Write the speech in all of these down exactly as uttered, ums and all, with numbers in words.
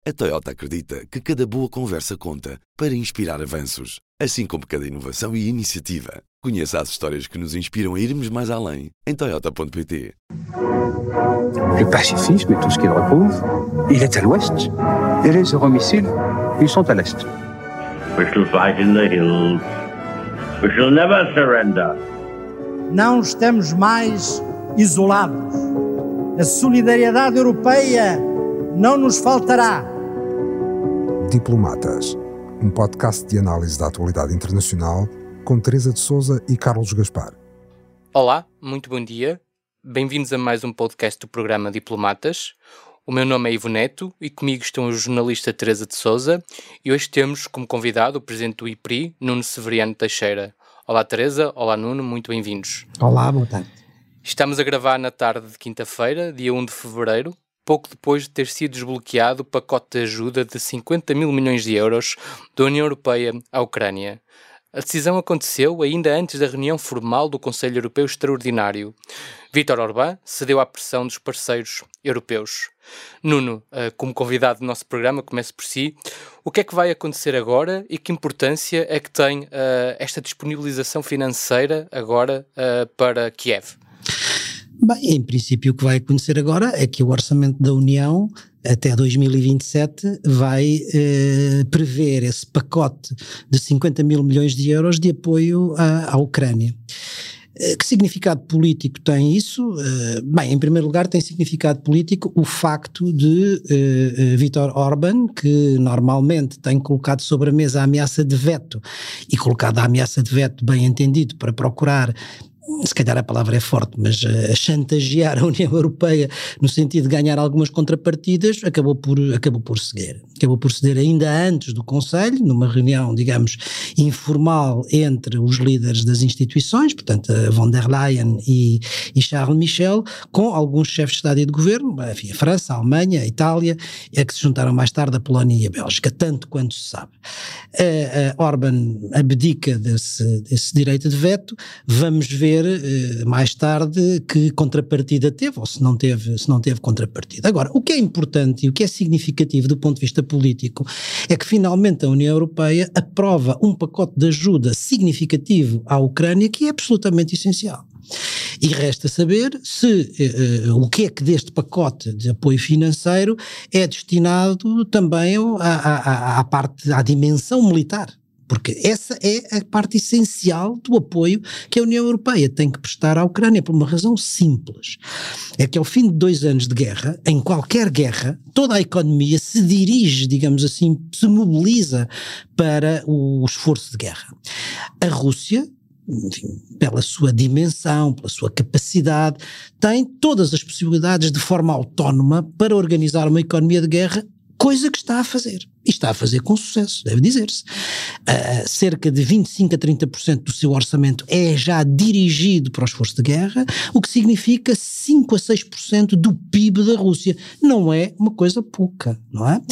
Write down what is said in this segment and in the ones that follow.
A Toyota acredita que cada boa conversa conta para inspirar avanços, assim como cada inovação e iniciativa. Conheça as histórias que nos inspiram a irmos mais além em toyota ponto pt. Le pacifisme et tout ce qu'il repose, il est à l'ouest. Et les euromissiles, ils sont à l'est. We shall fight in the hills. We shall never surrender. Não estamos mais isolados. A solidariedade europeia não nos faltará. Diplomatas, um podcast de análise da atualidade internacional com Teresa de Sousa e Carlos Gaspar. Olá, muito bom dia. Bem-vindos a mais um podcast do programa Diplomatas. O meu nome é Ivo Neto e comigo estão o jornalista Teresa de Sousa e hoje temos como convidado o presidente do I P R I, Nuno Severiano Teixeira. Olá Teresa, olá Nuno, muito bem-vindos. Olá, boa tarde. Estamos a gravar na tarde de quinta-feira, dia primeiro de fevereiro, pouco depois de ter sido desbloqueado o pacote de ajuda de cinquenta mil milhões de euros da União Europeia à Ucrânia. A decisão aconteceu ainda antes da reunião formal do Conselho Europeu Extraordinário. Vítor Orbán cedeu à pressão dos parceiros europeus. Nuno, como convidado do nosso programa, comece por si. O que é que vai acontecer agora e que importância é que tem uh, esta disponibilização financeira agora uh, para Kiev? Bem, em princípio o que vai acontecer agora é que o orçamento da União até dois mil e vinte e sete vai eh, prever esse pacote de cinquenta mil milhões de euros de apoio à, à Ucrânia. Eh, que significado político tem isso? Eh, bem, em primeiro lugar tem significado político o facto de eh, Vítor Orbán, que normalmente tem colocado sobre a mesa a ameaça de veto, e colocado a ameaça de veto bem entendido para procurar, se calhar a palavra é forte, mas uh, chantagear a União Europeia no sentido de ganhar algumas contrapartidas, acabou por, acabou por ceder. Acabou por ceder ainda antes do Conselho, numa reunião, digamos, informal entre os líderes das instituições, portanto, a von der Leyen e, e Charles Michel, com alguns chefes de Estado e de Governo, enfim, a França, a Alemanha, a Itália, é que se juntaram mais tarde a Polónia e a Bélgica, tanto quanto se sabe. Uh, uh, Orbán abdica desse, desse direito de veto, vamos ver mais tarde que contrapartida teve, ou se não teve, se não teve contrapartida. Agora, o que é importante e o que é significativo do ponto de vista político é que finalmente a União Europeia aprova um pacote de ajuda significativo à Ucrânia que é absolutamente essencial. E resta saber se uh, o que é que deste pacote de apoio financeiro é destinado também à, à, à parte, à dimensão militar. Porque essa é a parte essencial do apoio que a União Europeia tem que prestar à Ucrânia, por uma razão simples. É que ao fim de dois anos de guerra, em qualquer guerra, toda a economia se dirige, digamos assim, se mobiliza para o esforço de guerra. A Rússia, enfim, pela sua dimensão, pela sua capacidade, tem todas as possibilidades de forma autónoma para organizar uma economia de guerra, coisa que está a fazer. E está a fazer com sucesso, deve dizer-se. Uh, cerca de vinte e cinco a trinta por cento do seu orçamento é já dirigido para o esforço de guerra, o que significa cinco a seis por cento do P I B da Rússia. Não é uma coisa pouca, não é?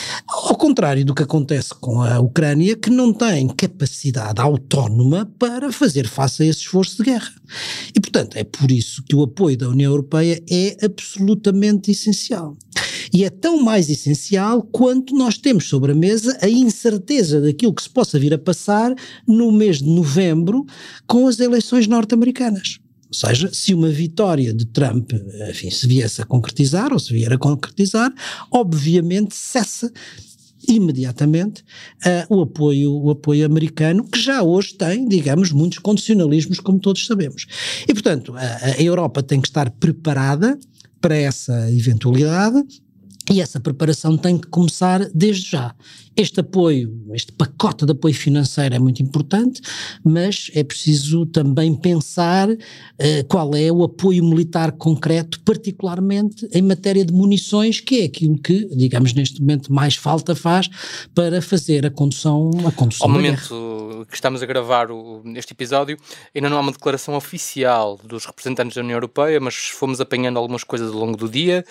Ao contrário do que acontece com a Ucrânia, que não tem capacidade autónoma para fazer face a esse esforço de guerra. E, portanto, é por isso que o apoio da União Europeia é absolutamente essencial. E é tão mais essencial quanto nós temos sobre a mesa a incerteza daquilo que se possa vir a passar no mês de novembro com as eleições norte-americanas. Ou seja, se uma vitória de Trump, enfim, se viesse a concretizar ou se vier a concretizar, obviamente cessa imediatamente uh, o, apoio, o apoio americano, que já hoje tem, digamos, muitos condicionalismos, como todos sabemos. E, portanto, a, a Europa tem que estar preparada para essa eventualidade. E essa preparação tem que começar desde já. Este apoio, este pacote de apoio financeiro é muito importante, mas é preciso também pensar uh, qual é o apoio militar concreto, particularmente em matéria de munições, que é aquilo que, digamos, neste momento mais falta faz para fazer a condução, a condução Ao da momento, guerra. que estamos a gravar o, este episódio, ainda não há uma declaração oficial dos representantes da União Europeia, mas fomos apanhando algumas coisas ao longo do dia.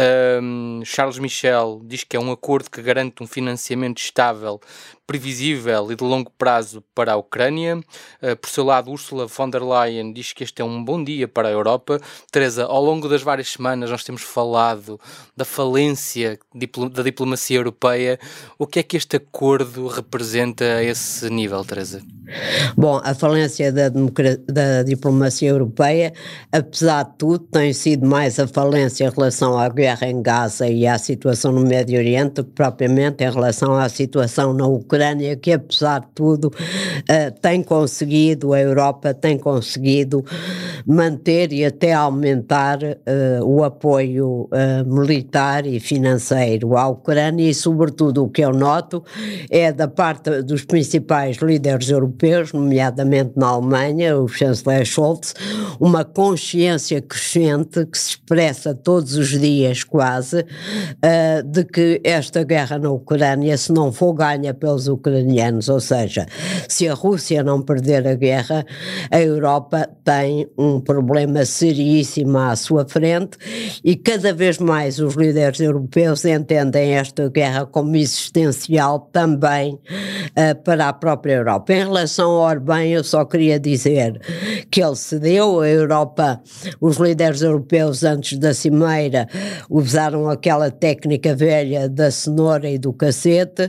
Um, Charles Michel diz que é um acordo que garante um financiamento estável, previsível e de longo prazo para a Ucrânia. Uh, por seu lado, Ursula von der Leyen diz que este é um bom dia para a Europa. Teresa, ao longo das várias semanas nós temos falado da falência diplo- da diplomacia europeia. O que é que este acordo representa a esse nível, Teresa? Bom, a falência da, democra- da diplomacia europeia, apesar de tudo, tem sido mais a falência em relação à guerra em Gaza e à situação no Médio Oriente do que propriamente em relação à situação na Ucrânia, que apesar de tudo uh, tem conseguido, a Europa tem conseguido manter e até aumentar uh, o apoio uh, militar e financeiro à Ucrânia e, sobretudo, o que eu noto é da parte dos principais líderes europeus, nomeadamente na Alemanha, o chanceler Scholz, uma consciência crescente que se expressa todos os dias quase, uh, de que esta guerra na Ucrânia, se não for ganha pelos ucranianos, ou seja, se a Rússia não perder a guerra, a Europa tem um problema seríssimo à sua frente e cada vez mais os líderes europeus entendem esta guerra como existencial também uh, para a própria Europa. Em relação ao Orbán, eu só queria dizer que ele cedeu, a Europa, os líderes europeus antes da cimeira usaram aquela técnica velha da cenoura e do cacete,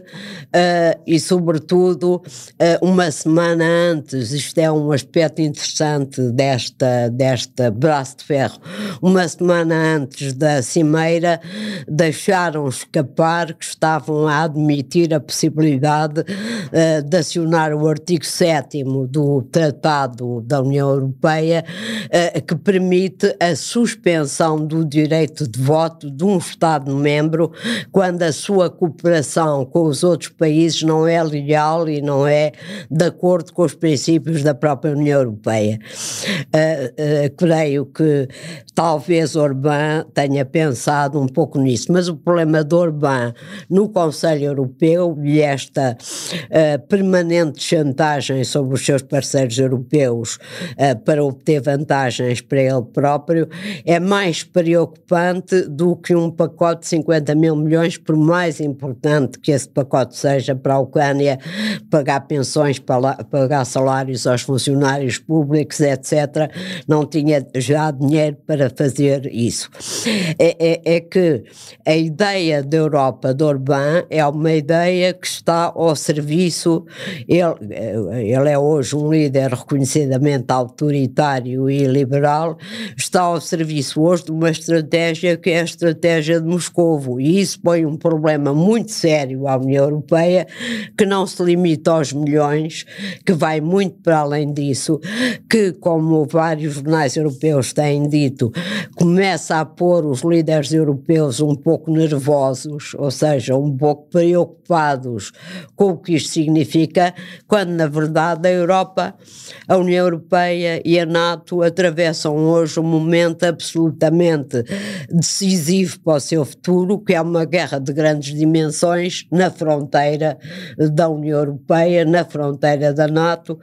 uh, e sobretudo uh, uma semana antes, isto é um aspecto interessante desta, desta braço de ferro, uma semana antes da cimeira deixaram escapar que estavam a admitir a possibilidade uh, de acionar o artigo sétimo do Tratado da União Europeia, uh, que permite a suspensão do direito de voto de um Estado-membro quando a sua cooperação com os outros países não é leal e não é de acordo com os princípios da própria União Europeia. Uh, uh, creio que talvez Orbán tenha pensado um pouco nisso, mas o problema de Orbán no Conselho Europeu e esta uh, permanente chantagem sobre os seus parceiros europeus uh, para obter vantagens para ele próprio é mais preocupante do que um pacote de cinquenta mil milhões, por mais importante que esse pacote seja para a Ucrânia, pagar pensões, pagar salários aos funcionários públicos, etcétera. Não tinha já dinheiro para fazer isso. É, é, é que a ideia da Europa de Orbán é uma ideia que está ao serviço, ele, ele é hoje um líder reconhecidamente autoritário e liberal, está ao serviço hoje de uma estratégia que é a estratégia de Moscovo, e isso põe um problema muito sério à União Europeia, que não se limita aos milhões, que vai muito para além disso, que, como vários jornais europeus têm dito, começa a pôr os líderes europeus um pouco nervosos, ou seja, um pouco preocupados com o que isto significa, quando na verdade a Europa, a União Europeia e a NATO atravessam hoje um momento absolutamente decisivo para o seu futuro, que é uma guerra de grandes dimensões na fronteira da União Europeia, na fronteira da NATO,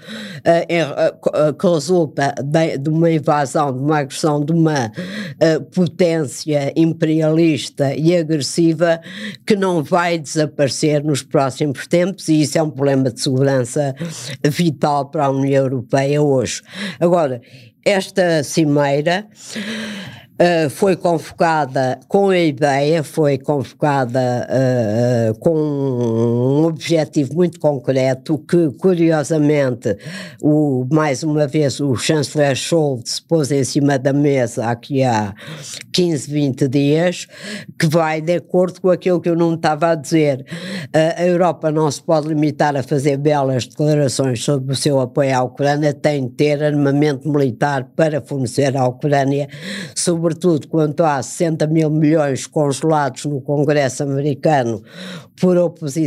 que resulta de uma invasão, de uma agressão de uma potência imperialista e agressiva que não vai desaparecer nos próximos tempos, e isso é um problema de segurança vital para a União Europeia hoje. Agora, esta cimeira Uh, foi convocada com a ideia, foi convocada uh, uh, com um objetivo muito concreto que, curiosamente, o, mais uma vez o chanceler Scholz pôs em cima da mesa aqui há quinze, vinte dias, que vai de acordo com aquilo que eu não estava a dizer. Uh, a Europa não se pode limitar a fazer belas declarações sobre o seu apoio à Ucrânia, tem de ter armamento militar para fornecer à Ucrânia, sobre sobretudo quanto há sessenta mil milhões congelados no Congresso americano por oposição do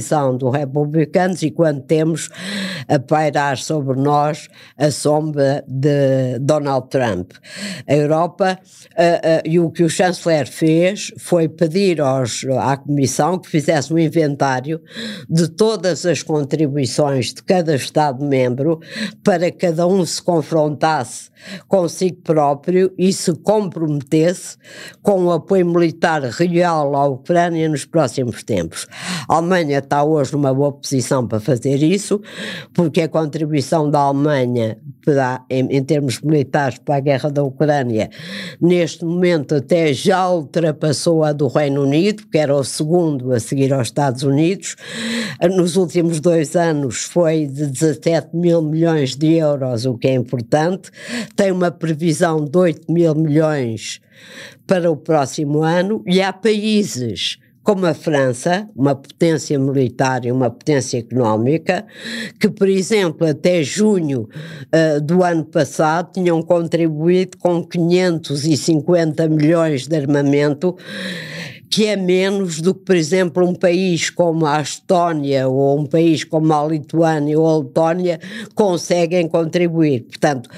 sendo republicanos e quando temos a pairar sobre nós a sombra de Donald Trump. A Europa, uh, uh, e o que o chanceler fez foi pedir aos, à Comissão que fizesse um inventário de todas as contribuições de cada Estado-membro para que cada um se confrontasse consigo próprio e se comprometesse com o apoio militar real à Ucrânia nos próximos tempos. A Alemanha está hoje numa boa posição para fazer isso, porque a contribuição da Alemanha para, em, em termos militares para a guerra da Ucrânia, neste momento até já ultrapassou a do Reino Unido, que era o segundo a seguir aos Estados Unidos. Nos últimos dois anos foi de dezassete mil milhões de euros, o que é importante. Tem uma previsão de oito mil milhões para o próximo ano, e há países como a França, uma potência militar e uma potência económica, que, por exemplo, até junho uh, do ano passado tinham contribuído com quinhentos e cinquenta milhões de armamento, que é menos do que, por exemplo, um país como a Estónia ou um país como a Lituânia ou a Letónia conseguem contribuir. Portanto,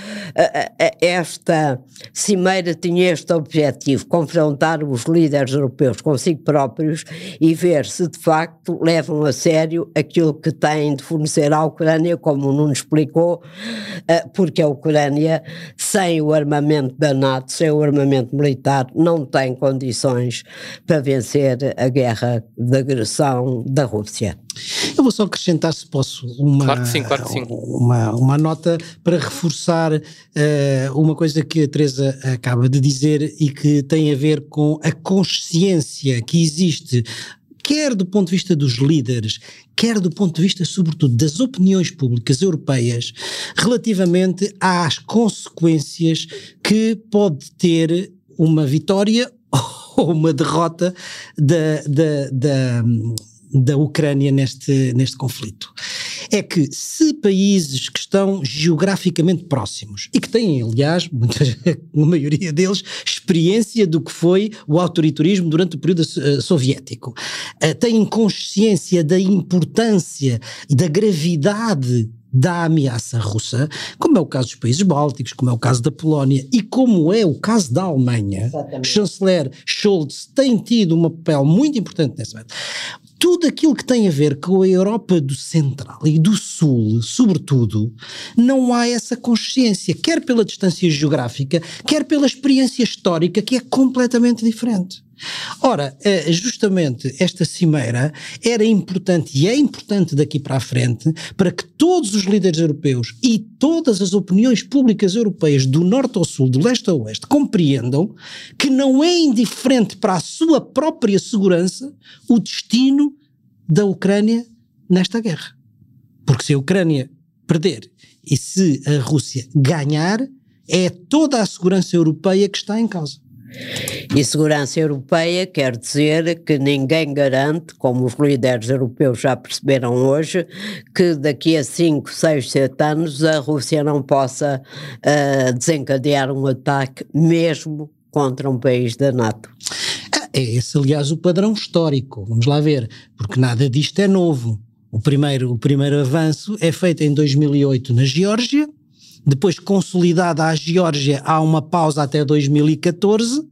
esta cimeira tinha este objetivo, confrontar os líderes europeus consigo próprios e ver se de facto levam a sério aquilo que têm de fornecer à Ucrânia, como o Nuno explicou, porque a Ucrânia, sem o armamento da NATO, sem o armamento militar, não tem condições para vencer a guerra de agressão da Rússia. Eu vou só acrescentar, se posso, uma, claro que sim, claro que sim. uma, uma nota para reforçar uh, uma coisa que a Teresa acaba de dizer e que tem a ver com a consciência que existe, quer do ponto de vista dos líderes, quer do ponto de vista, sobretudo, das opiniões públicas europeias, relativamente às consequências que pode ter uma vitória ou uma derrota da, da, da, da Ucrânia neste, neste conflito. É que se países que estão geograficamente próximos e que têm, aliás, muitas, a maioria deles, experiência do que foi o autoritarismo durante o período uh, soviético, uh, têm consciência da importância e da gravidade da ameaça russa, como é o caso dos países bálticos, como é o caso da Polónia e como é o caso da Alemanha. Exatamente. O chanceler Scholz tem tido um papel muito importante nesse momento. Tudo aquilo que tem a ver com a Europa do Central e do Sul, sobretudo, não há essa consciência, quer pela distância geográfica, quer pela experiência histórica, que é completamente diferente. Ora, justamente esta cimeira era importante e é importante daqui para a frente para que todos os líderes europeus e todas as opiniões públicas europeias do norte ao sul, do leste a oeste, compreendam que não é indiferente para a sua própria segurança o destino da Ucrânia nesta guerra. Porque se a Ucrânia perder e se a Rússia ganhar, é toda a segurança europeia que está em causa. E segurança europeia quer dizer que ninguém garante, como os líderes europeus já perceberam hoje, que daqui a cinco, seis, sete anos a Rússia não possa uh, desencadear um ataque mesmo contra um país da NATO. É esse, aliás, o padrão histórico. Vamos lá ver, porque nada disto é novo. O primeiro, o primeiro avanço é feito em dois mil e oito na Geórgia. Depois, consolidada a Geórgia, há uma pausa até dois mil e catorze,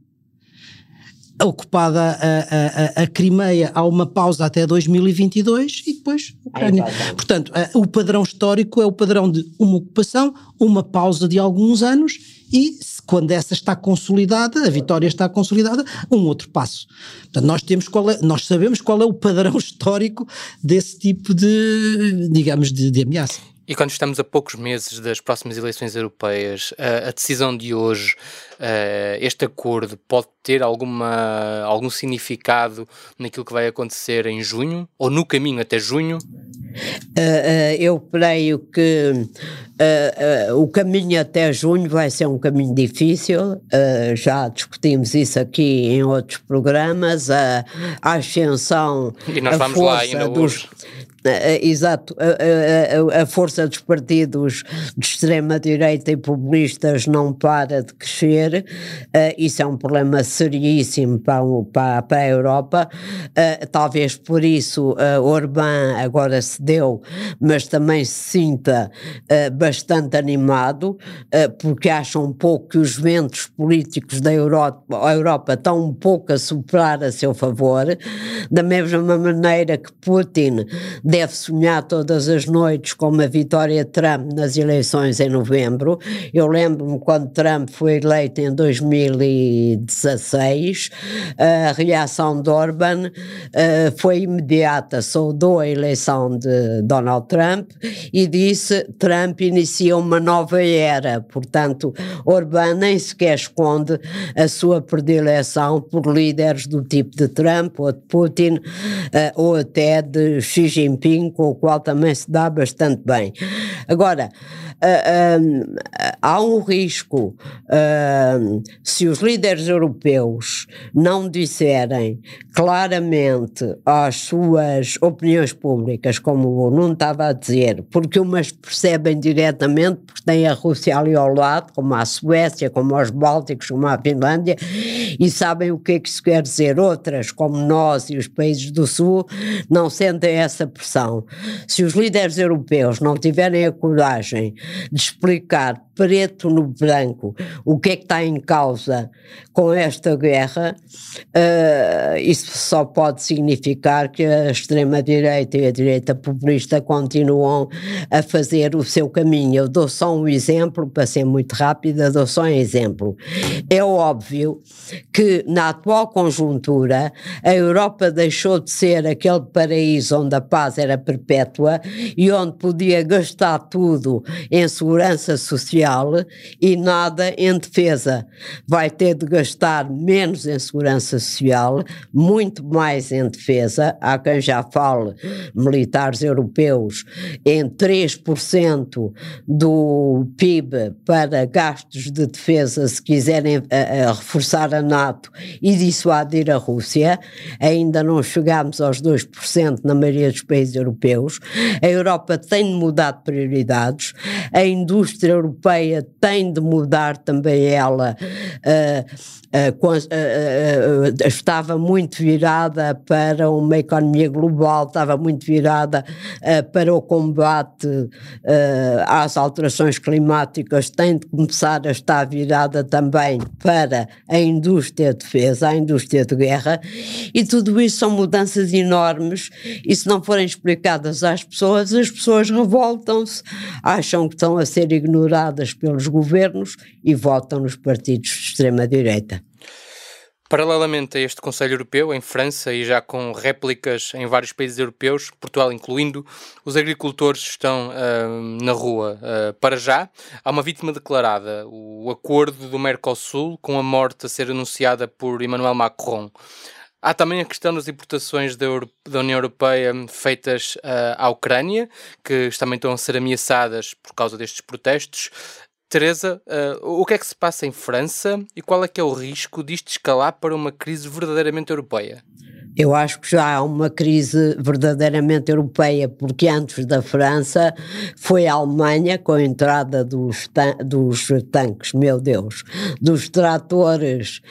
ocupada a, a, a Crimeia, há uma pausa até dois mil e vinte e dois e depois Ucrânia. É, portanto, a, o padrão histórico é o padrão de uma ocupação, uma pausa de alguns anos e, quando essa está consolidada, a vitória está consolidada, um outro passo. Portanto, nós, temos qual é, nós sabemos qual é o padrão histórico desse tipo de, digamos, de, de ameaça. E quando estamos a poucos meses das próximas eleições europeias, a, a decisão de hoje, uh, este acordo, pode ter alguma, algum significado naquilo que vai acontecer em junho? Ou no caminho até junho? Uh, uh, eu creio que uh, uh, o caminho até junho vai ser um caminho difícil, uh, já discutimos isso aqui em outros programas, uh, a ascensão, e nós a vamos força lá ainda dos... hoje. Uh, exato, a, a, a força dos partidos de extrema-direita e populistas não para de crescer, uh, isso é um problema seríssimo para, para, para a Europa, uh, talvez por isso uh, Orbán agora cedeu, mas também se sinta uh, bastante animado, uh, porque acham um pouco que os ventos políticos da Europa, a Europa estão um pouco a soprar a seu favor, da mesma maneira que Putin deve sonhar todas as noites com uma vitória de Trump nas eleições em novembro. Eu lembro-me quando Trump foi eleito em dois mil e dezasseis, a reação de Orbán uh, foi imediata, saudou a eleição de Donald Trump e disse: Trump inicia uma nova era. Portanto, Orbán nem sequer esconde a sua predileção por líderes do tipo de Trump ou de Putin, uh, ou até de Xi Jinping, com o qual também se dá bastante bem. Agora, uh, um, há um risco, uh, se os líderes europeus não disserem claramente às suas opiniões públicas, como o Nuno estava a dizer, porque umas percebem diretamente, porque têm a Rússia ali ao lado, como a Suécia, como os Bálticos, como a Finlândia, e sabem o que é que isso quer dizer. Outras, como nós e os países do Sul, não sentem essa pressão. Se os líderes europeus não tiverem a coragem de explicar preto no branco o que é que está em causa com esta guerra, uh, isso só pode significar que a extrema-direita e a direita populista continuam a fazer o seu caminho. Eu dou só um exemplo, para ser muito rápida, dou só um exemplo. É óbvio que na atual conjuntura a Europa deixou de ser aquele paraíso onde a paz era perpétua e onde podia gastar tudo em segurança social e nada em defesa. Vai ter de gastar menos em segurança social, muito mais em defesa. Há quem já fale, militares europeus, em três por cento do P I B para gastos de defesa, se quiserem a, a reforçar a NATO e dissuadir a Rússia. Ainda não chegámos aos dois por cento na maioria dos países europeus. A Europa tem de mudar de prioridades, a indústria europeia tem de mudar também ela, uh, uh, uh, uh, uh, estava muito virada para uma economia global, estava muito virada uh, para o combate uh, às alterações climáticas, tem de começar a estar virada também para a indústria de defesa, a indústria de guerra, e tudo isso são mudanças enormes, e se não forem explicadas às pessoas, as pessoas revoltam-se, acham que estão a ser ignoradas pelos governos e votam nos partidos de extrema-direita. Paralelamente a este Conselho Europeu, em França e já com réplicas em vários países europeus, Portugal incluindo, os agricultores estão uh, na rua. Uh, para já, há uma vítima declarada, o acordo do Mercosul, com a morte a ser anunciada por Emmanuel Macron. Há também a questão das importações da, Euro- da União Europeia feitas uh, à Ucrânia, que também estão a ser ameaçadas por causa destes protestos. Teresa, uh, o que é que se passa em França e qual é que é o risco disto escalar para uma crise verdadeiramente europeia? Eu acho que já há uma crise verdadeiramente europeia, porque antes da França foi a Alemanha, com a entrada dos, tan- dos tanques, meu Deus, dos tratores,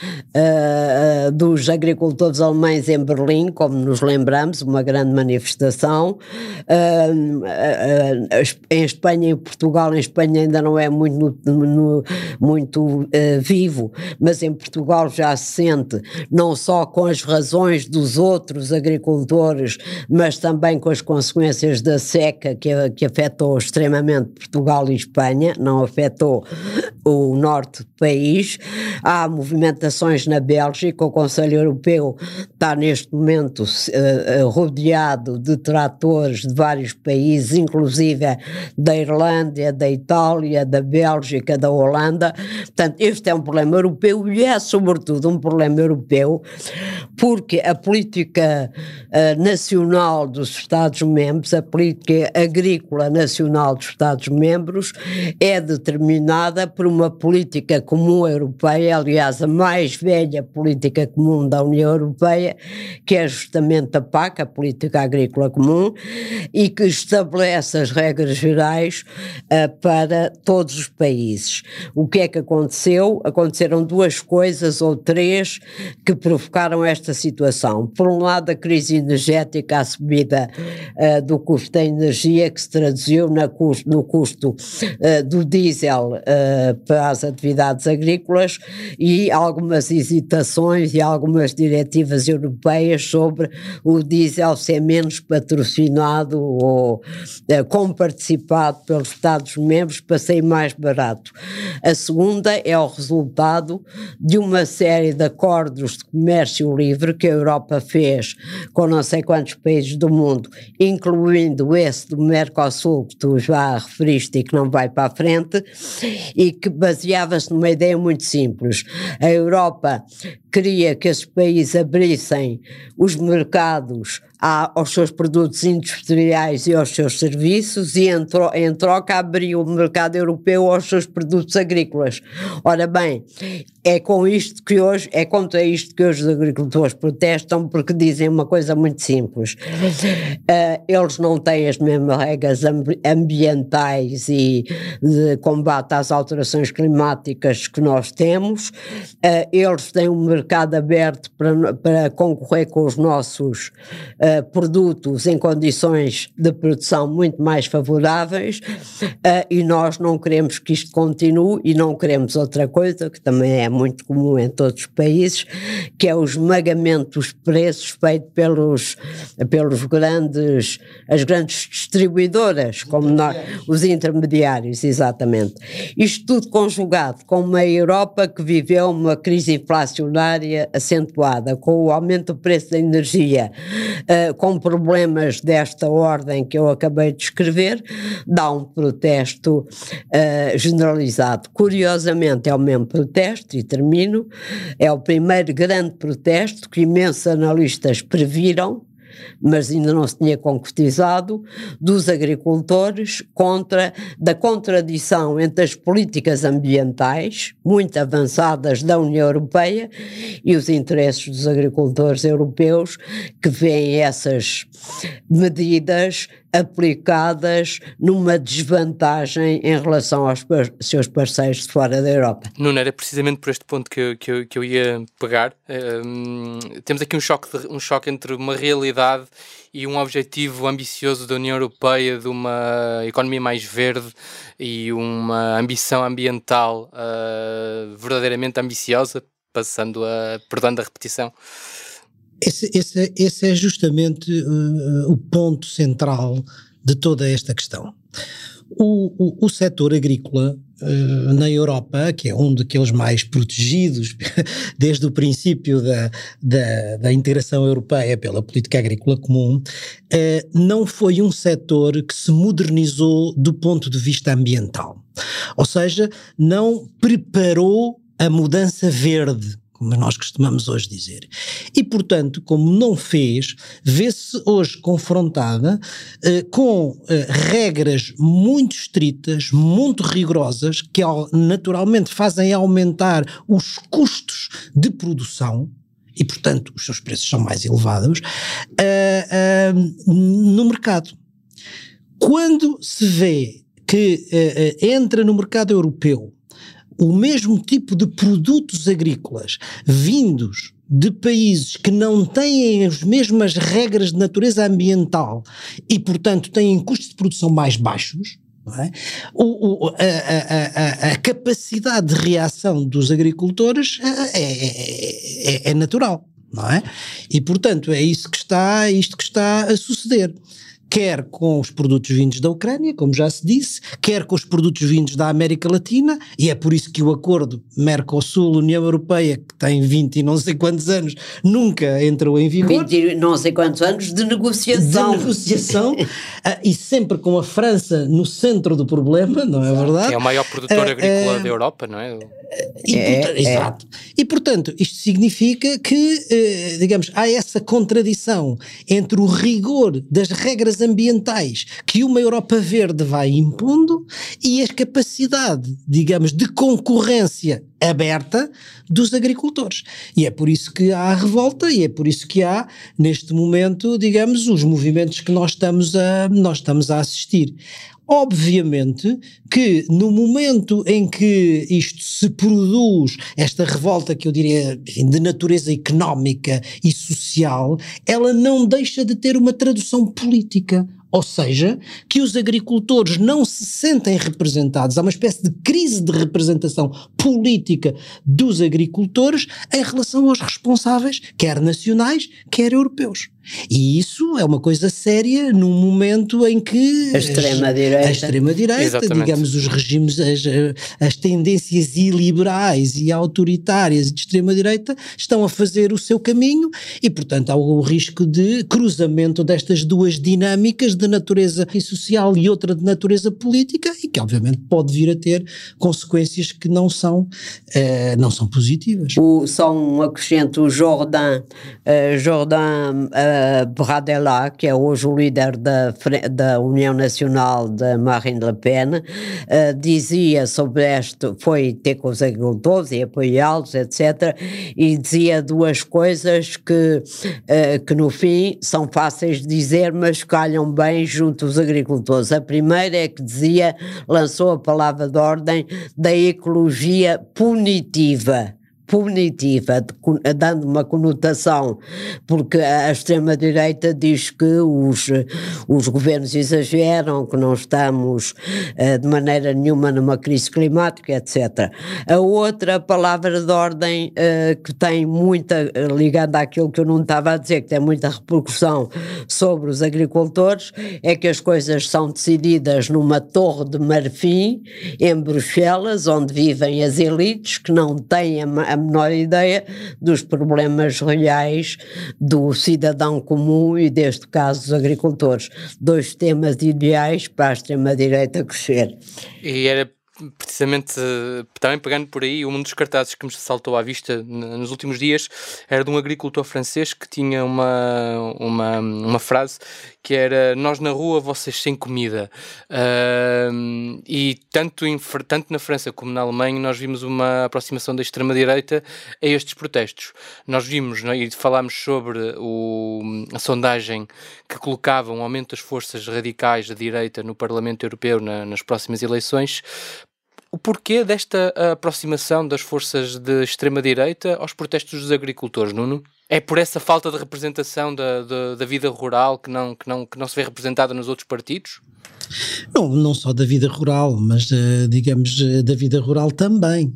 uh, dos agricultores alemães em Berlim, como nos lembramos, uma grande manifestação. Uh, uh, uh, em Espanha e Portugal, em Espanha ainda não é muito, no, no, muito uh, vivo, mas em Portugal já se sente, não só com as razões dos outros agricultores, mas também com as consequências da seca que, que afetou extremamente Portugal e Espanha, não afetou o norte do país. Há movimentações na Bélgica, o Conselho Europeu está neste momento uh, rodeado de tratores de vários países, inclusive da Irlanda, da Itália, da Bélgica, da Holanda. Portanto, este é um problema europeu e é sobretudo um problema europeu porque a política política uh, nacional dos Estados-membros, a política agrícola nacional dos Estados-membros, é determinada por uma política comum europeia, aliás, a mais velha política comum da União Europeia, que é justamente a P A C, a Política Agrícola Comum, e que estabelece as regras gerais uh, para todos os países. O que é que aconteceu? Aconteceram duas coisas, ou três, que provocaram esta situação. Por um lado, a crise energética, a subida uh, do custo da energia, que se traduziu na custo, no custo uh, do diesel uh, para as atividades agrícolas, e algumas hesitações e algumas diretivas europeias sobre o diesel ser menos patrocinado ou uh, comparticipado pelos Estados-membros para ser mais barato. A segunda é o resultado de uma série de acordos de comércio livre que a Europa fez com não sei quantos países do mundo, incluindo esse do Mercosul, que tu já referiste e que não vai para a frente, e que baseava-se numa ideia muito simples. A Europa queria que esses países abrissem os mercados aos seus produtos industriais e aos seus serviços, e em, tro em troca abriu o mercado europeu aos seus produtos agrícolas. Ora bem, é com isto que hoje, é contra isto que hoje os agricultores protestam, porque dizem uma coisa muito simples. Uh, eles não têm as mesmas regras ambientais e de combate às alterações climáticas que nós temos. Uh, eles têm um mercado aberto para, para concorrer com os nossos uh, produtos em condições de produção muito mais favoráveis, uh, e nós não queremos que isto continue, e não queremos outra coisa que também é muito comum em todos os países, que é o esmagamento dos preços feito pelos, pelos grandes, as grandes distribuidoras, como nós, os intermediários, exatamente. Isto tudo conjugado com uma Europa que viveu uma crise inflacionária acentuada, com o aumento do preço da energia, uh, com problemas desta ordem que eu acabei de descrever, dá um protesto uh, generalizado. Curiosamente é o mesmo protesto, e termino, é o primeiro grande protesto que imensos analistas previram, mas ainda não se tinha concretizado, dos agricultores contra, da contradição entre as políticas ambientais muito avançadas da União Europeia e os interesses dos agricultores europeus, que veem essas medidas aplicadas numa desvantagem em relação aos par- seus parceiros de fora da Europa. Nuno, era precisamente por este ponto que eu, que eu, que eu ia pegar. Um, temos aqui um choque, de, um choque entre uma realidade e um objetivo ambicioso da União Europeia de uma economia mais verde e uma ambição ambiental uh, verdadeiramente ambiciosa, passando a, perdão a repetição. Esse, esse, esse é justamente uh, o ponto central de toda esta questão. O, o, o setor agrícola uh, na Europa, que é um daqueles mais protegidos desde o princípio da, da, da integração europeia pela política agrícola comum, uh, não foi um setor que se modernizou do ponto de vista ambiental. Ou seja, não preparou a mudança verde, como nós costumamos hoje dizer. E, portanto, como não fez, vê-se hoje confrontada eh, com eh, regras muito estritas, muito rigorosas, que naturalmente fazem aumentar os custos de produção, e, portanto, os seus preços são mais elevados, eh, eh, no mercado. Quando se vê que eh, entra no mercado europeu o mesmo tipo de produtos agrícolas vindos de países que não têm as mesmas regras de natureza ambiental e, portanto, têm custos de produção mais baixos, não é? o, o, a, a, a, a capacidade de reação dos agricultores é, é, é, é natural, não é? E, portanto, é isso que está, isto que está a suceder. quer com os produtos vindos da Ucrânia, como já se disse, quer com os produtos vindos da América Latina, e é por isso que o acordo Mercosul-União Europeia, que tem vinte e não sei quantos anos, nunca entrou em vigor. vinte e não sei quantos anos de negociação. De negociação, e sempre com a França no centro do problema, não é verdade? Que é o maior produtor uh, agrícola uh, da Europa, não é? E, é, portanto, é. Exato. E, portanto, isto significa que, eh, digamos, há essa contradição entre o rigor das regras ambientais que uma Europa verde vai impondo e a capacidade, digamos, de concorrência aberta dos agricultores. E é por isso que há a revolta e é por isso que há, neste momento, digamos, os movimentos que nós estamos a, nós estamos a assistir. Obviamente que no momento em que isto se produz, esta revolta que eu diria enfim, de natureza económica e social, ela não deixa de ter uma tradução política. Ou seja, que os agricultores não se sentem representados. Há uma espécie de crise de representação política dos agricultores em relação aos responsáveis, quer nacionais, quer europeus. E isso é uma coisa séria num momento em que a extrema-direita, a extrema-direita digamos, os regimes, as, as tendências iliberais e autoritárias de extrema-direita estão a fazer o seu caminho e, portanto, há o risco de cruzamento destas duas dinâmicas de natureza social e outra de natureza política e que, obviamente, pode vir a ter consequências que não são, eh, não são positivas. O, só um acrescento, o Jordan, uh, Jordan uh, Bardella, que é hoje o líder da, da União Nacional de Marine Le Pen, uh, dizia sobre este, foi ter com os agricultores e apoiá-los, etcétera, e dizia duas coisas que, uh, que no fim são fáceis de dizer, mas calham bem junto aos agricultores. A primeira é que dizia, lançou a palavra de ordem da ecologia punitiva. punitiva, dando uma conotação, porque a extrema-direita diz que os, os governos exageram, que não estamos uh, de maneira nenhuma numa crise climática, etcétera. A outra palavra de ordem uh, que tem muita, uh, ligando àquilo que eu não estava a dizer, que tem muita repercussão sobre os agricultores, é que as coisas são decididas numa torre de marfim, em Bruxelas, onde vivem as elites, que não têm a, a menor ideia dos problemas reais do cidadão comum e, neste caso, dos agricultores. Dois temas ideais para a extrema-direita crescer. E era precisamente, também pegando por aí, um dos cartazes que me saltou à vista nos últimos dias era de um agricultor francês que tinha uma, uma, uma frase que era: nós na rua, vocês sem comida. Uh, e tanto, em, tanto na França como na Alemanha nós vimos uma aproximação da extrema-direita a estes protestos. Nós vimos, não é, e falámos sobre o, a sondagem que colocava um aumento das forças radicais da direita no Parlamento Europeu na, nas próximas eleições. O porquê desta aproximação das forças de extrema-direita aos protestos dos agricultores, Nuno? É por essa falta de representação da, da, da vida rural que não, que, não, que não se vê representada nos outros partidos? Não, não só da vida rural, mas digamos da vida rural também.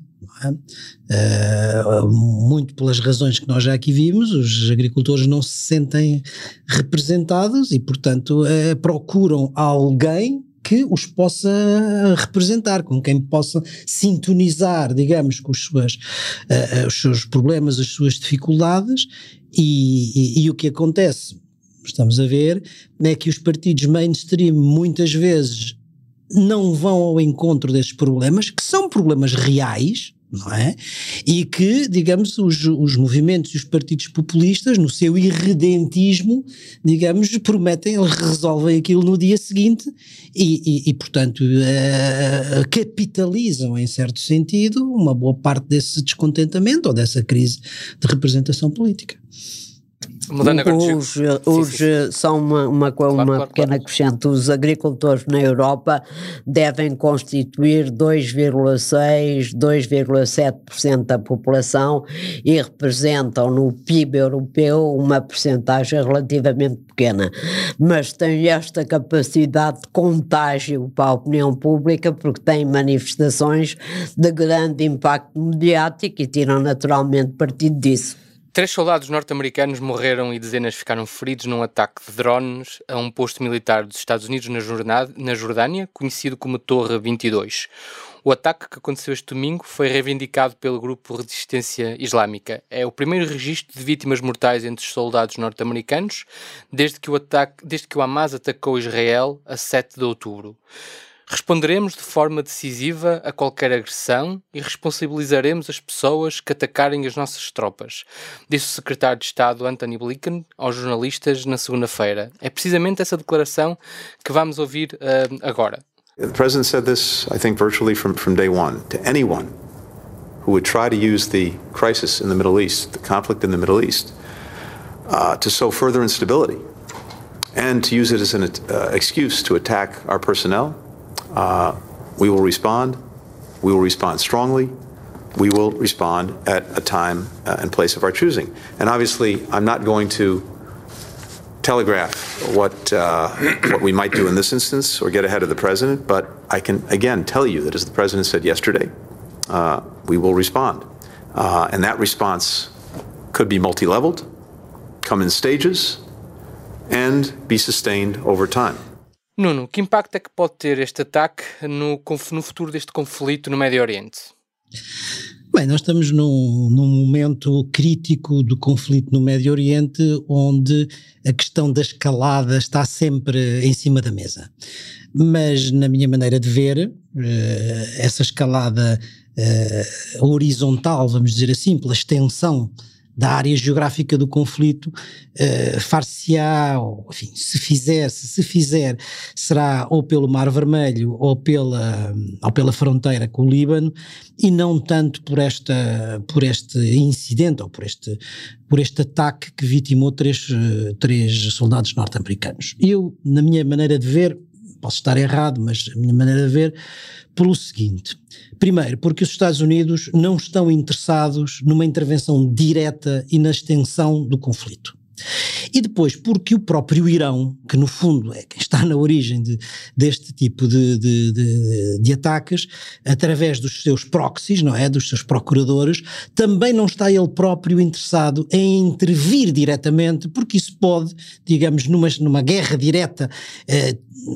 Uh, muito pelas razões que nós já aqui vimos, os agricultores não se sentem representados e, portanto, uh, procuram alguém que os possa representar, com quem possa sintonizar, digamos, com os, suas, uh, os seus problemas, as suas dificuldades e, e, e o que acontece, estamos a ver, é que os partidos mainstream muitas vezes não vão ao encontro desses problemas, que são problemas reais, não é? E que, digamos, os, os movimentos e os partidos populistas, no seu irredentismo, digamos, prometem, eles resolvem aquilo no dia seguinte e, e, e portanto, uh, capitalizam, em certo sentido, uma boa parte desse descontentamento ou dessa crise de representação política. Mudando agora de... Os, sim, os, sim, sim. Só uma, uma, claro, uma claro, pequena claro. acrescento, os agricultores na Europa devem constituir dois vírgula seis, dois vírgula sete por cento da população e representam no P I B europeu uma percentagem relativamente pequena, mas têm esta capacidade de contágio para a opinião pública porque têm manifestações de grande impacto mediático e tiram naturalmente partido disso. Três soldados norte-americanos morreram e dezenas ficaram feridos num ataque de drones a um posto militar dos Estados Unidos na, Jordânia, na Jordânia, conhecido como Torre vinte e dois. O ataque, que aconteceu este domingo, foi reivindicado pelo grupo Resistência Islâmica. É o primeiro registro de vítimas mortais entre os soldados norte-americanos desde que o, ataque, desde que o Hamas atacou Israel a sete de outubro. Responderemos de forma decisiva a qualquer agressão e responsabilizaremos as pessoas que atacarem as nossas tropas, disse o secretário de Estado Antony Blinken aos jornalistas na segunda-feira. É precisamente essa declaração que vamos ouvir uh, agora. The President said this, I think, virtually from, from day one, to anyone who would try to use the crisis in the Middle East, the conflict in the Middle East, uh, to sow further instability and to use it as an uh, excuse to attack our personnel. Uh, we will respond. We will respond strongly. We will respond at a time uh, and place of our choosing. And obviously, I'm not going to telegraph what uh, what we might do in this instance or get ahead of the President, but I can, again, tell you that as the President said yesterday, uh, we will respond. Uh, and that response could be multi-leveled, come in stages, and be sustained over time. Nuno, que impacto é que pode ter este ataque no, no futuro deste conflito no Médio Oriente? Bem, nós estamos num, num momento crítico do conflito no Médio Oriente, onde a questão da escalada está sempre em cima da mesa. Mas, na minha maneira de ver, essa escalada horizontal, vamos dizer assim, pela extensão da área geográfica do conflito, uh, far-se-á, ou, enfim, se fizer, se se fizer, será ou pelo Mar Vermelho ou pela, ou pela fronteira com o Líbano, e não tanto por, esta, por este incidente, ou por este, por este ataque que vitimou três, três soldados norte-americanos. Eu, na minha maneira de ver, posso estar errado, mas a minha maneira de ver, pelo seguinte: primeiro, porque os Estados Unidos não estão interessados numa intervenção direta e na extensão do conflito. E depois, porque o próprio Irão, que no fundo é quem está na origem de, deste tipo de, de, de, de ataques, através dos seus proxies, não é, dos seus procuradores, também não está ele próprio interessado em intervir diretamente, porque isso pode, digamos, numa, numa guerra direta eh,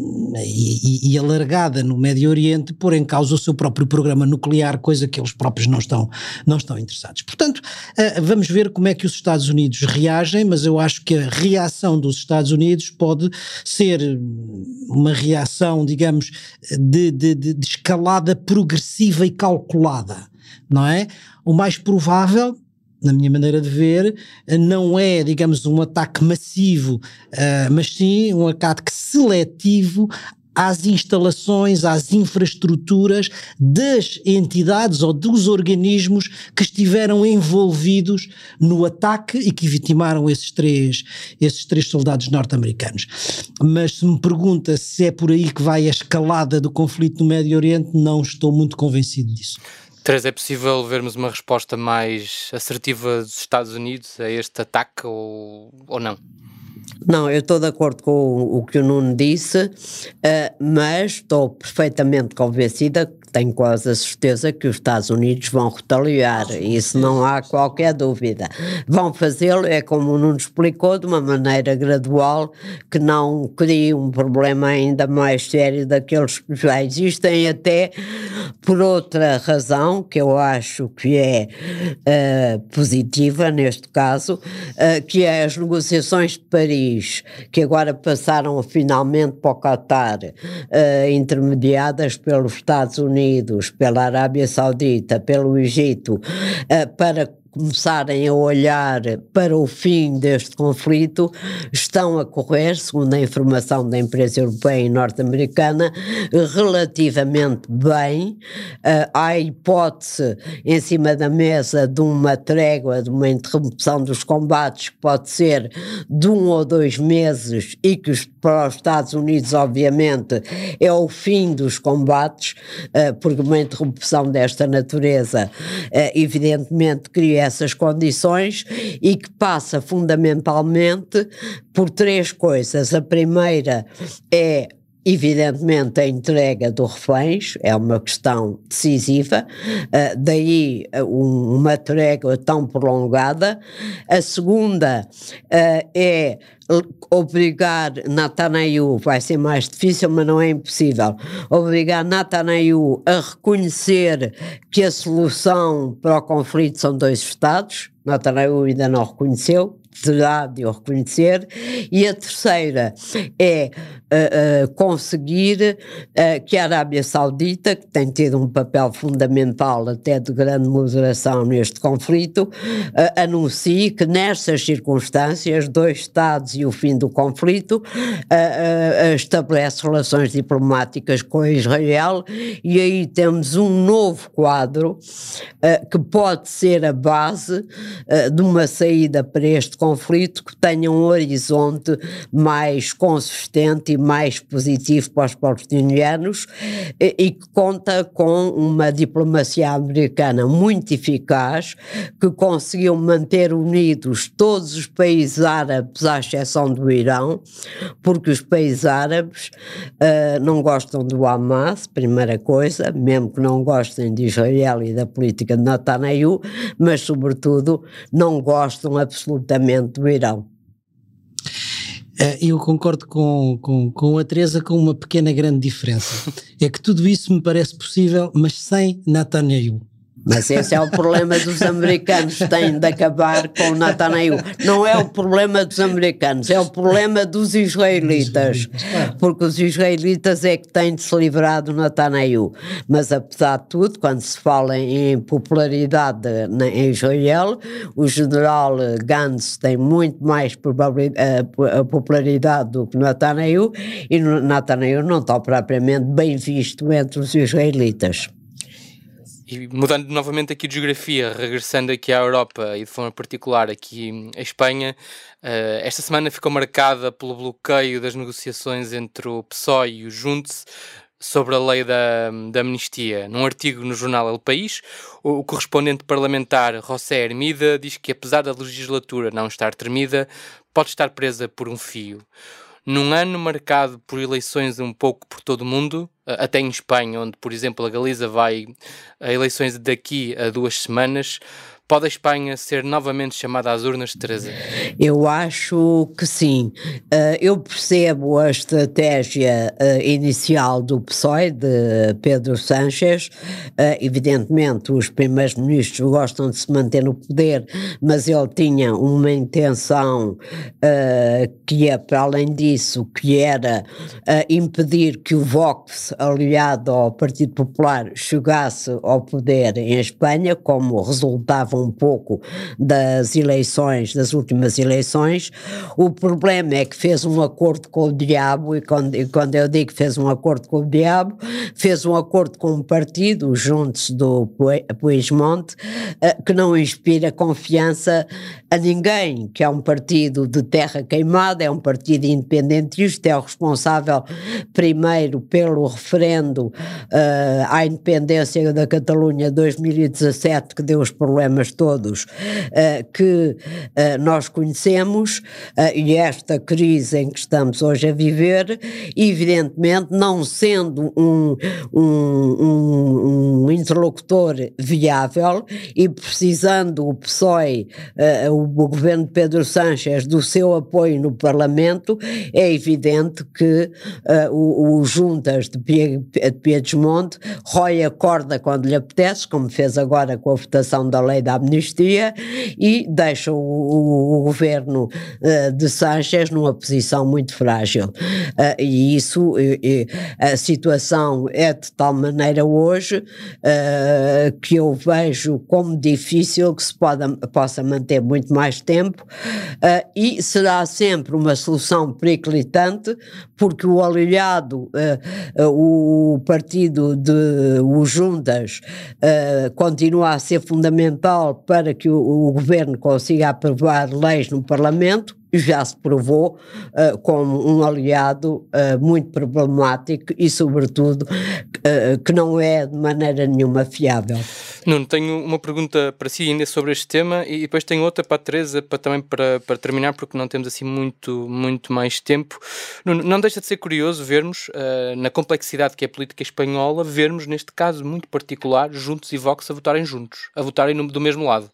e, e alargada no Médio Oriente, pôr em causa o seu próprio programa nuclear, coisa que eles próprios não estão, não estão interessados. Portanto, eh, vamos ver como é que os Estados Unidos reagem, mas eu acho que a reação dos Estados Unidos pode ser uma reação, digamos, de, de, de escalada progressiva e calculada, não é? O mais provável, na minha maneira de ver, não é, digamos, um ataque massivo, uh, mas sim um ataque seletivo às instalações, às infraestruturas das entidades ou dos organismos que estiveram envolvidos no ataque e que vitimaram esses três, esses três soldados norte-americanos. Mas se me pergunta se é por aí que vai a escalada do conflito no Médio Oriente, não estou muito convencido disso. Teresa, é possível vermos uma resposta mais assertiva dos Estados Unidos a este ataque ou, ou não? Não, eu estou de acordo com o, o que o Nuno disse, uh, mas estou perfeitamente convencida, tenho quase a certeza que os Estados Unidos vão retaliar, isso não há qualquer dúvida. Vão fazê-lo, é como o Nuno explicou, de uma maneira gradual, que não crie um problema ainda mais sério daqueles que já existem, até por outra razão, que eu acho que é uh, positiva neste caso, uh, que é as negociações de Paris, que agora passaram finalmente para o Qatar, uh, intermediadas pelos Estados Unidos, pela Arábia Saudita, pelo Egito, uh, para começarem a olhar para o fim deste conflito, estão a correr, segundo a informação da imprensa europeia e norte-americana, relativamente bem. Uh, há hipótese em cima da mesa de uma trégua, de uma interrupção dos combates, que pode ser de um ou dois meses e que os, para os Estados Unidos, obviamente, é o fim dos combates, uh, porque uma interrupção desta natureza, uh, evidentemente, cria essas condições e que passa fundamentalmente por três coisas. A primeira é evidentemente a entrega dos reféns é uma questão decisiva, uh, daí uh, uma trégua tão prolongada. A segunda uh, é obrigar Netanyahu, vai ser mais difícil, mas não é impossível, obrigar Netanyahu a reconhecer que a solução para o conflito são dois Estados. Netanyahu ainda não reconheceu, terá de o reconhecer. E a terceira é uh, uh, conseguir uh, que a Arábia Saudita, que tem tido um papel fundamental até de grande moderação neste conflito, uh, anuncie que nestas circunstâncias, dois Estados e o fim do conflito, uh, uh, estabelece relações diplomáticas com Israel, e aí temos um novo quadro uh, que pode ser a base uh, de uma saída para este conflito conflito que tenha um horizonte mais consistente e mais positivo para os palestinianos, e, e que conta com uma diplomacia americana muito eficaz, que conseguiu manter unidos todos os países árabes, à exceção do Irão, porque os países árabes uh, não gostam do Hamas, primeira coisa, mesmo que não gostem de Israel e da política de Netanyahu, mas sobretudo não gostam absolutamente do Irão. Eu concordo com, com, com a Teresa, com uma pequena grande diferença. É que tudo isso me parece possível, mas sem Netanyahu. Mas esse é o problema dos americanos, têm de acabar com o Netanyahu. Não é o problema dos americanos, é o problema dos israelitas, porque os israelitas é que têm de se livrar do Netanyahu. Mas apesar de tudo, quando se fala em popularidade em Israel, o general Gantz tem muito mais popularidade do que o Netanyahu, e o Netanyahu não está propriamente bem visto entre os israelitas. E mudando novamente aqui de geografia, regressando aqui à Europa e de forma particular aqui à Espanha, uh, esta semana ficou marcada pelo bloqueio das negociações entre o P S O E e o Junts sobre a lei da, da amnistia. Num artigo no jornal El País, o, o correspondente parlamentar José Hermida diz que, apesar da legislatura não estar tremida, pode estar presa por um fio. Num ano marcado por eleições um pouco por todo o mundo, até em Espanha, onde, por exemplo, a Galiza vai a eleições daqui a duas semanas, pode a Espanha ser novamente chamada às urnas, Teresa? Eu acho que sim. Uh, eu percebo a estratégia uh, inicial do P S O E, de Pedro Sánchez. Uh, evidentemente, os primeiros ministros gostam de se manter no poder, mas ele tinha uma intenção uh, que é, para além disso, que era uh, impedir que o Vox, aliado ao Partido Popular, chegasse ao poder em Espanha, como resultava um pouco das eleições, das últimas eleições. O problema é que fez um acordo com o diabo, e quando, e quando eu digo que fez um acordo com o diabo, fez um acordo com um partido, os Juntos do Puigdemont, que não inspira confiança a ninguém, que é um partido de terra queimada, é um partido independentista, é o responsável primeiro pelo referendo uh, à independência da Catalunha dois mil e dezassete, que deu os problemas todos uh, que uh, nós conhecemos, uh, e esta crise em que estamos hoje a viver, evidentemente não sendo um, um, um, um interlocutor viável e precisando o P S O E, uh, o governo de Pedro Sánchez, do seu apoio no Parlamento, é evidente que uh, o, o Juntas de Puigdemont rói a corda quando lhe apetece, como fez agora com a votação da lei da amnistia, e deixa o, o, o governo uh, de Sánchez numa posição muito frágil. Uh, e isso, e, e, a situação é de tal maneira hoje uh, que eu vejo como difícil que se poda, possa manter muito mais tempo, uh, e será sempre uma solução periclitante, porque o aliado, uh, uh, o partido de os Juntas, uh, continua a ser fundamental para que o, o governo consiga aprovar leis no Parlamento, já se provou uh, como um aliado uh, muito problemático e, sobretudo, uh, que não é de maneira nenhuma fiável. Nuno, tenho uma pergunta para si ainda sobre este tema e depois tenho outra para a Teresa para, também para, para terminar, porque não temos assim muito, muito mais tempo. Nuno, não deixa de ser curioso vermos, uh, na complexidade que é a política espanhola, vermos neste caso muito particular Juntos e Vox a votarem juntos, a votarem no, do mesmo lado.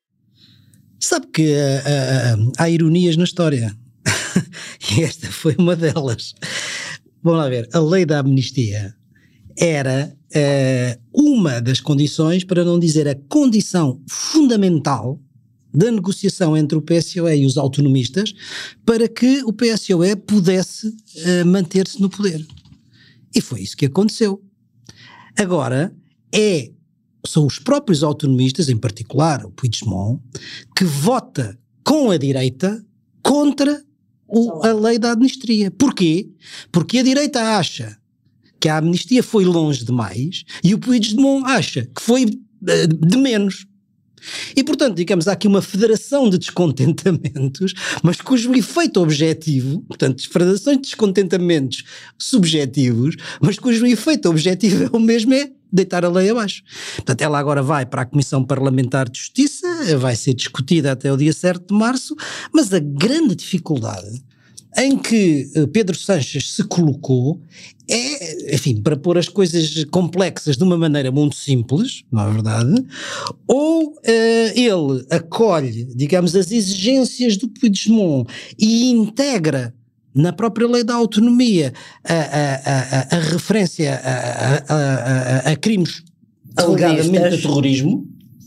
Sabe que uh, uh, há ironias na história e esta foi uma delas. Vamos lá ver, a lei da amnistia era uh, uma das condições, para não dizer a condição fundamental da negociação entre o P S O E e os autonomistas para que o P S O E pudesse uh, manter-se no poder. E foi isso que aconteceu. Agora, é, são os próprios autonomistas, em particular o Puigdemont, que vota com a direita contra o, a lei da amnistia. Porquê? Porque a direita acha que a amnistia foi longe demais e o Puigdemont acha que foi uh, de menos. E, portanto, digamos, há aqui uma federação de descontentamentos, mas cujo efeito objetivo, portanto, federações de descontentamentos subjetivos, mas cujo efeito objetivo é o mesmo, é deitar a lei abaixo. Portanto, ela agora vai para a Comissão Parlamentar de Justiça, vai ser discutida até o dia sete de março, mas a grande dificuldade em que Pedro Sánchez se colocou é, enfim, para pôr as coisas complexas de uma maneira muito simples, não é verdade? Ou uh, ele acolhe, digamos, as exigências do Puigdemont e integra na própria lei da autonomia a, a, a, a referência a, a, a, a, a crimes alegadamente de terrorismo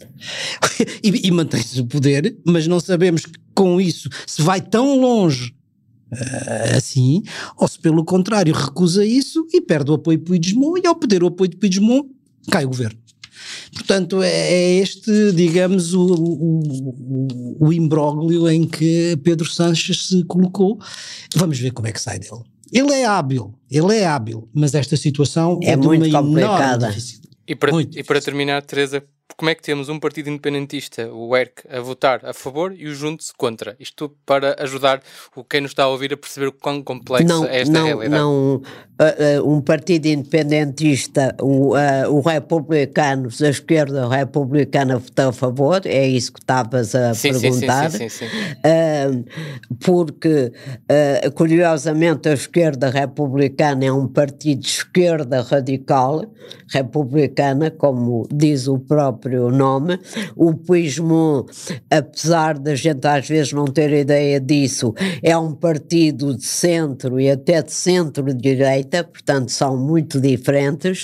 e, e mantém-se o poder, mas não sabemos com isso se vai tão longe Uh, assim, ou se pelo contrário recusa isso e perde o apoio de Puigdemont, e ao perder o apoio de Puigdemont cai o governo. Portanto, é, é este, digamos, o, o, o imbróglio em que Pedro Sánchez se colocou. Vamos ver como é que sai dele. Ele é hábil, ele é hábil, mas esta situação é, é muito de uma complicada. E para, e para terminar, Teresa, como é que temos um partido independentista, o E R C, a votar a favor e o Juntos contra? Isto para ajudar o quem nos está a ouvir a perceber o quão complexa não, é esta não, realidade. Não, uh, uh, um partido independentista, o, uh, o Republicanos, a esquerda republicana votou a favor, é isso que estavas a sim, perguntar, sim, sim, sim, sim, sim. Uh, porque, uh, curiosamente, a esquerda republicana é um partido de esquerda radical, republicana, como diz o próprio nome. O Puigdemont, apesar da gente às vezes não ter ideia disso, é um partido de centro e até de centro-direita, portanto são muito diferentes.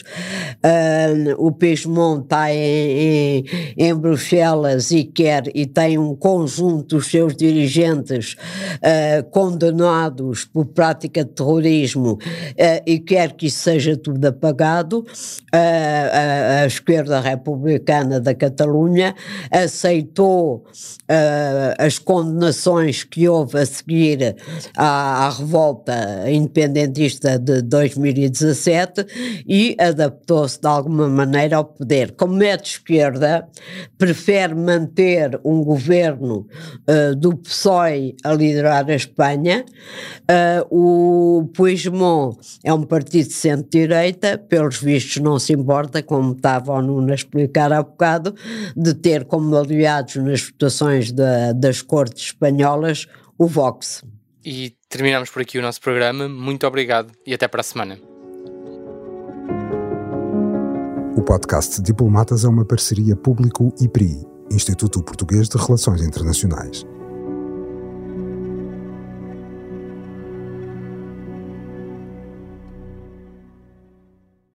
Uh, o Puigdemont está em, em, em Bruxelas e quer, e tem um conjunto dos seus dirigentes uh, condenados por prática de terrorismo uh, e quer que isso seja tudo apagado. Uh, a, a esquerda republicana da Catalunha aceitou uh, as condenações que houve a seguir à, à revolta independentista de dois mil e dezassete e adaptou-se de alguma maneira ao poder. Como é de esquerda, prefere manter um governo uh, do P S O E a liderar a Espanha. Uh, o Puigdemont é um partido de centro-direita, pelos vistos não se importa, como estava o Nuno a explicar há bocado, de ter como aliados nas votações da, das cortes espanholas o Vox. E terminamos por aqui o nosso programa. Muito obrigado e até para a semana. O podcast Diplomatas é uma parceria Público I P R I, Instituto Português de Relações Internacionais.